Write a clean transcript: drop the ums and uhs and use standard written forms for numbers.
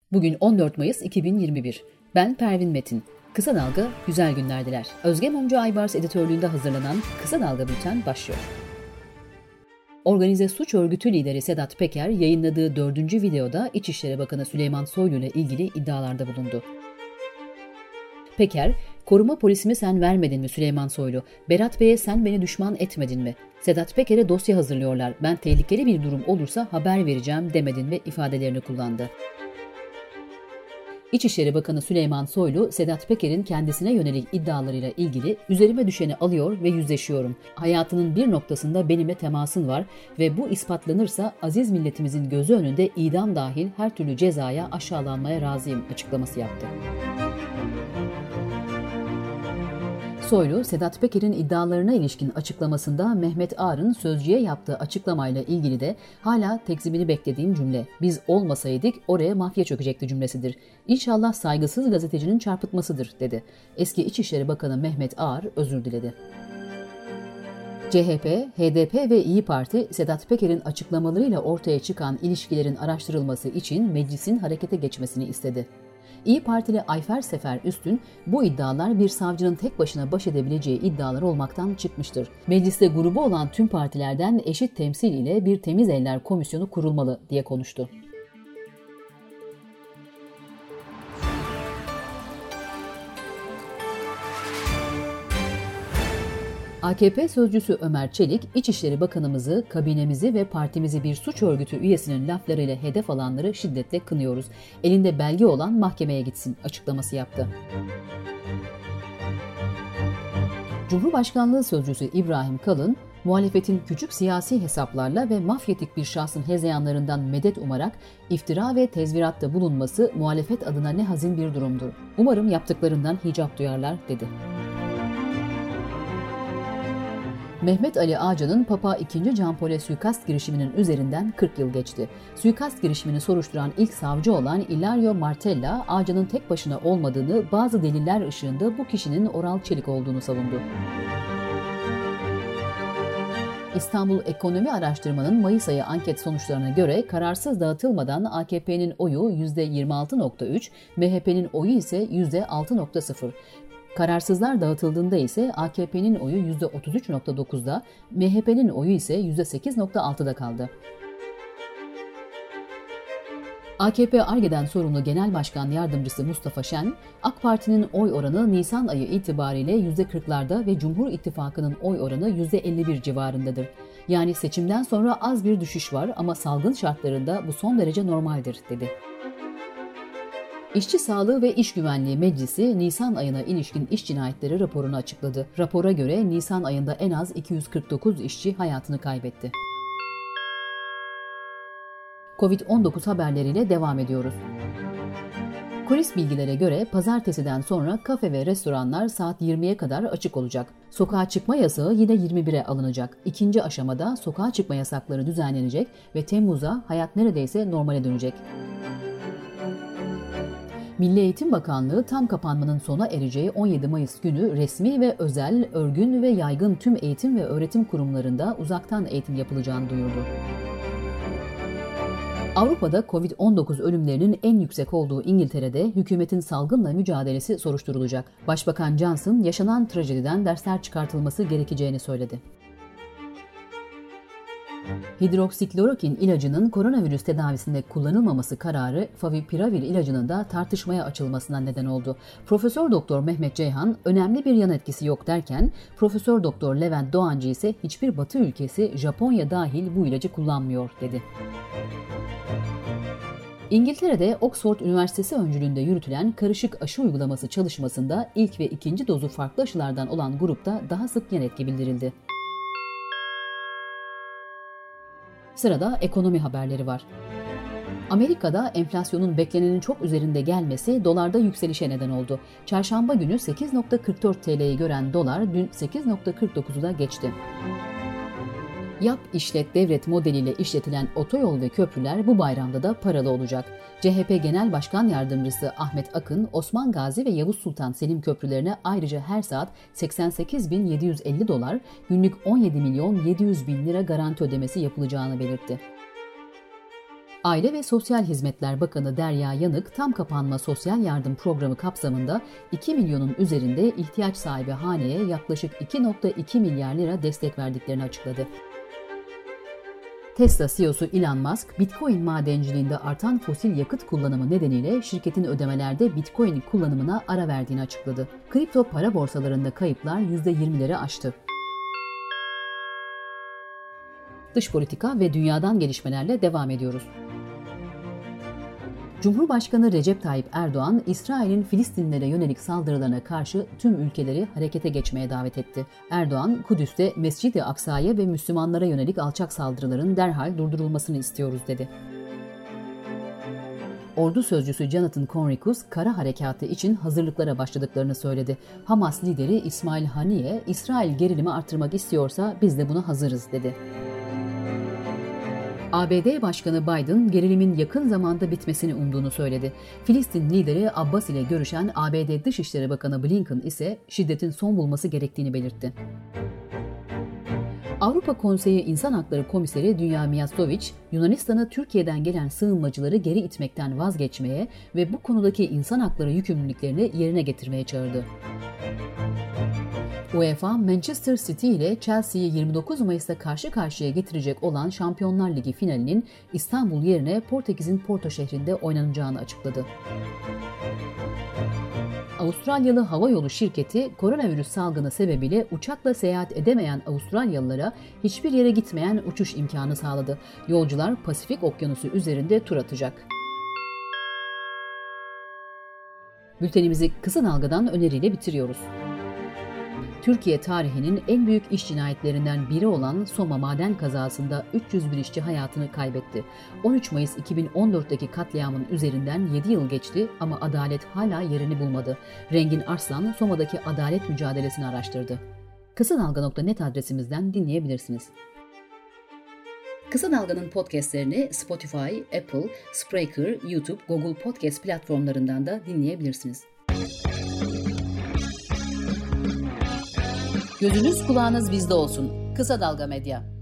Bugün 14 Mayıs 2021. Ben Pervin Metin. Kısa Dalga güzel günlerdiler. Özge Mumcu Aybars editörlüğünde hazırlanan Kısa Dalga Bülten başlıyor. Organize suç örgütü lideri Sedat Peker yayınladığı 4. videoda İçişleri Bakanı Süleyman Soylu ile ilgili iddialarda bulundu. Peker, "Koruma polisimi sen vermedin mi Süleyman Soylu? Berat Bey'e sen beni düşman etmedin mi? Sedat Peker'e dosya hazırlıyorlar. Ben tehlikeli bir durum olursa haber vereceğim demedin mi?" ifadelerini kullandı. İçişleri Bakanı Süleyman Soylu, Sedat Peker'in kendisine yönelik iddialarıyla ilgili "Üzerime düşeni alıyor ve yüzleşiyorum. Hayatının bir noktasında benimle temasın var ve bu ispatlanırsa aziz milletimizin gözü önünde idam dahil her türlü cezaya, aşağılanmaya razıyım" açıklaması yaptı. Soylu, Sedat Peker'in iddialarına ilişkin açıklamasında Mehmet Ağar'ın Sözcü'ye yaptığı açıklamayla ilgili de "Hala tekzibini beklediğim cümle. Biz olmasaydık oraya mafya çökecekti cümlesidir. İnşallah saygısız gazetecinin çarpıtmasıdır" dedi. Eski İçişleri Bakanı Mehmet Ağar özür diledi. CHP, HDP ve İYİ Parti, Sedat Peker'in açıklamalarıyla ortaya çıkan ilişkilerin araştırılması için meclisin harekete geçmesini istedi. İYİ Partili Ayfer Sefer Üstün, "Bu iddialar bir savcının tek başına baş edebileceği iddialar olmaktan çıkmıştır. Mecliste grubu olan tüm partilerden eşit temsil ile bir temiz eller komisyonu kurulmalı" diye konuştu. AKP sözcüsü Ömer Çelik, İçişleri Bakanımızı, kabinemizi ve partimizi bir suç örgütü üyesinin laflarıyla hedef alanları şiddetle kınıyoruz. Elinde belge olan mahkemeye gitsin açıklaması yaptı. Cumhurbaşkanlığı sözcüsü İbrahim Kalın, muhalefetin küçük siyasi hesaplarla ve mafyatik bir şahsın hezeyanlarından medet umarak iftira ve tezviratta bulunması muhalefet adına ne hazin bir durumdur. Umarım yaptıklarından hicap duyarlar dedi. Mehmet Ali Ağcan'ın Papa II. Can Paul'e suikast girişiminin üzerinden 40 yıl geçti. Suikast girişimini soruşturan ilk savcı olan Ilario Martella, Ağcan'ın tek başına olmadığını, bazı deliller ışığında bu kişinin Oral Çelik olduğunu savundu. İstanbul Ekonomi Araştırma'nın Mayıs ayı anket sonuçlarına göre kararsız dağıtılmadan AKP'nin oyu %26.3, MHP'nin oyu ise %6.0. Kararsızlar dağıtıldığında ise AKP'nin oyu %33.9'da, MHP'nin oyu ise %8.6'da kaldı. AKP Ar-Ge'den sorumlu Genel Başkan Yardımcısı Mustafa Şen, AK Parti'nin oy oranı Nisan ayı itibariyle %40'larda ve Cumhur İttifakı'nın oy oranı %51 civarındadır. Yani seçimden sonra az bir düşüş var ama salgın şartlarında bu son derece normaldir, dedi. İşçi Sağlığı ve İş Güvenliği Meclisi, Nisan ayına ilişkin iş cinayetleri raporunu açıkladı. Rapora göre Nisan ayında en az 249 işçi hayatını kaybetti. Covid-19 haberleriyle devam ediyoruz. Kulis bilgilere göre pazartesiden sonra kafe ve restoranlar saat 20'ye kadar açık olacak. Sokağa çıkma yasağı yine 21'e alınacak. İkinci aşamada sokağa çıkma yasakları düzenlenecek ve Temmuz'a hayat neredeyse normale dönecek. Milli Eğitim Bakanlığı tam kapanmanın sona ereceği 17 Mayıs günü resmi ve özel, örgün ve yaygın tüm eğitim ve öğretim kurumlarında uzaktan eğitim yapılacağını duyurdu. Avrupa'da Covid-19 ölümlerinin en yüksek olduğu İngiltere'de hükümetin salgınla mücadelesi soruşturulacak. Başbakan Johnson, yaşanan trajediden dersler çıkartılması gerekeceğini söyledi. Hidroksiklorokin ilacının koronavirüs tedavisinde kullanılmaması kararı Favipiravir ilacının da tartışmaya açılmasına neden oldu. Profesör Doktor Mehmet Ceyhan önemli bir yan etkisi yok derken Profesör Doktor Levent Doğancı ise hiçbir Batı ülkesi Japonya dahil bu ilacı kullanmıyor dedi. İngiltere'de Oxford Üniversitesi öncülüğünde yürütülen karışık aşı uygulaması çalışmasında ilk ve ikinci dozu farklı aşılardan olan grupta daha sık yan etki bildirildi. Sırada ekonomi haberleri var. Amerika'da enflasyonun beklenenin çok üzerinde gelmesi dolarda yükselişe neden oldu. Çarşamba günü 8.44 TL'yi gören dolar dün 8.49'u da geçti. Yap işlet devret modeliyle işletilen otoyol ve köprüler bu bayramda da paralı olacak. CHP Genel Başkan Yardımcısı Ahmet Akın, Osman Gazi ve Yavuz Sultan Selim köprülerine ayrıca her saat 88.750 dolar, günlük 17.700.000 lira garanti ödemesi yapılacağını belirtti. Aile ve Sosyal Hizmetler Bakanı Derya Yanık, tam kapanma sosyal yardım programı kapsamında 2 milyonun üzerinde ihtiyaç sahibi haneye yaklaşık 2,2 milyar lira destek verdiklerini açıkladı. Tesla CEO'su Elon Musk, Bitcoin madenciliğinde artan fosil yakıt kullanımı nedeniyle şirketin ödemelerde Bitcoin kullanımına ara verdiğini açıkladı. Kripto para borsalarında kayıplar %20'leri aştı. Dış politika ve dünyadan gelişmelerle devam ediyoruz. Cumhurbaşkanı Recep Tayyip Erdoğan, İsrail'in Filistinlilere yönelik saldırılarına karşı tüm ülkeleri harekete geçmeye davet etti. Erdoğan, Kudüs'te Mescid-i Aksa'ya ve Müslümanlara yönelik alçak saldırıların derhal durdurulmasını istiyoruz dedi. Ordu sözcüsü Jonathan Conricus, kara harekatı için hazırlıklara başladıklarını söyledi. Hamas lideri İsmail Haniyeh, İsrail gerilimi artırmak istiyorsa biz de buna hazırız dedi. ABD Başkanı Biden, gerilimin yakın zamanda bitmesini umduğunu söyledi. Filistin lideri Abbas ile görüşen ABD Dışişleri Bakanı Blinken ise şiddetin son bulması gerektiğini belirtti. Avrupa Konseyi İnsan Hakları Komiseri Dünya Mijatović, Yunanistan'a Türkiye'den gelen sığınmacıları geri itmekten vazgeçmeye ve bu konudaki insan hakları yükümlülüklerini yerine getirmeye çağırdı. UEFA, Manchester City ile Chelsea'yi 29 Mayıs'ta karşı karşıya getirecek olan Şampiyonlar Ligi finalinin İstanbul yerine Portekiz'in Porto şehrinde oynanacağını açıkladı. Avustralyalı havayolu şirketi, koronavirüs salgını sebebiyle uçakla seyahat edemeyen Avustralyalılara hiçbir yere gitmeyen uçuş imkanı sağladı. Yolcular Pasifik Okyanusu üzerinde tur atacak. Bültenimizi kısa dalgadan öneriyle bitiriyoruz. Türkiye tarihinin en büyük iş cinayetlerinden biri olan Soma maden kazasında 301 işçi hayatını kaybetti. 13 Mayıs 2014'teki katliamın üzerinden 7 yıl geçti ama adalet hala yerini bulmadı. Rengin Arslan, Soma'daki adalet mücadelesini araştırdı. Kısadalga.net adresimizden dinleyebilirsiniz. Kısa Dalga'nın podcastlerini Spotify, Apple, Spreaker, YouTube, Google Podcast platformlarından da dinleyebilirsiniz. Gözünüz kulağınız bizde olsun. Kısa Dalga Medya.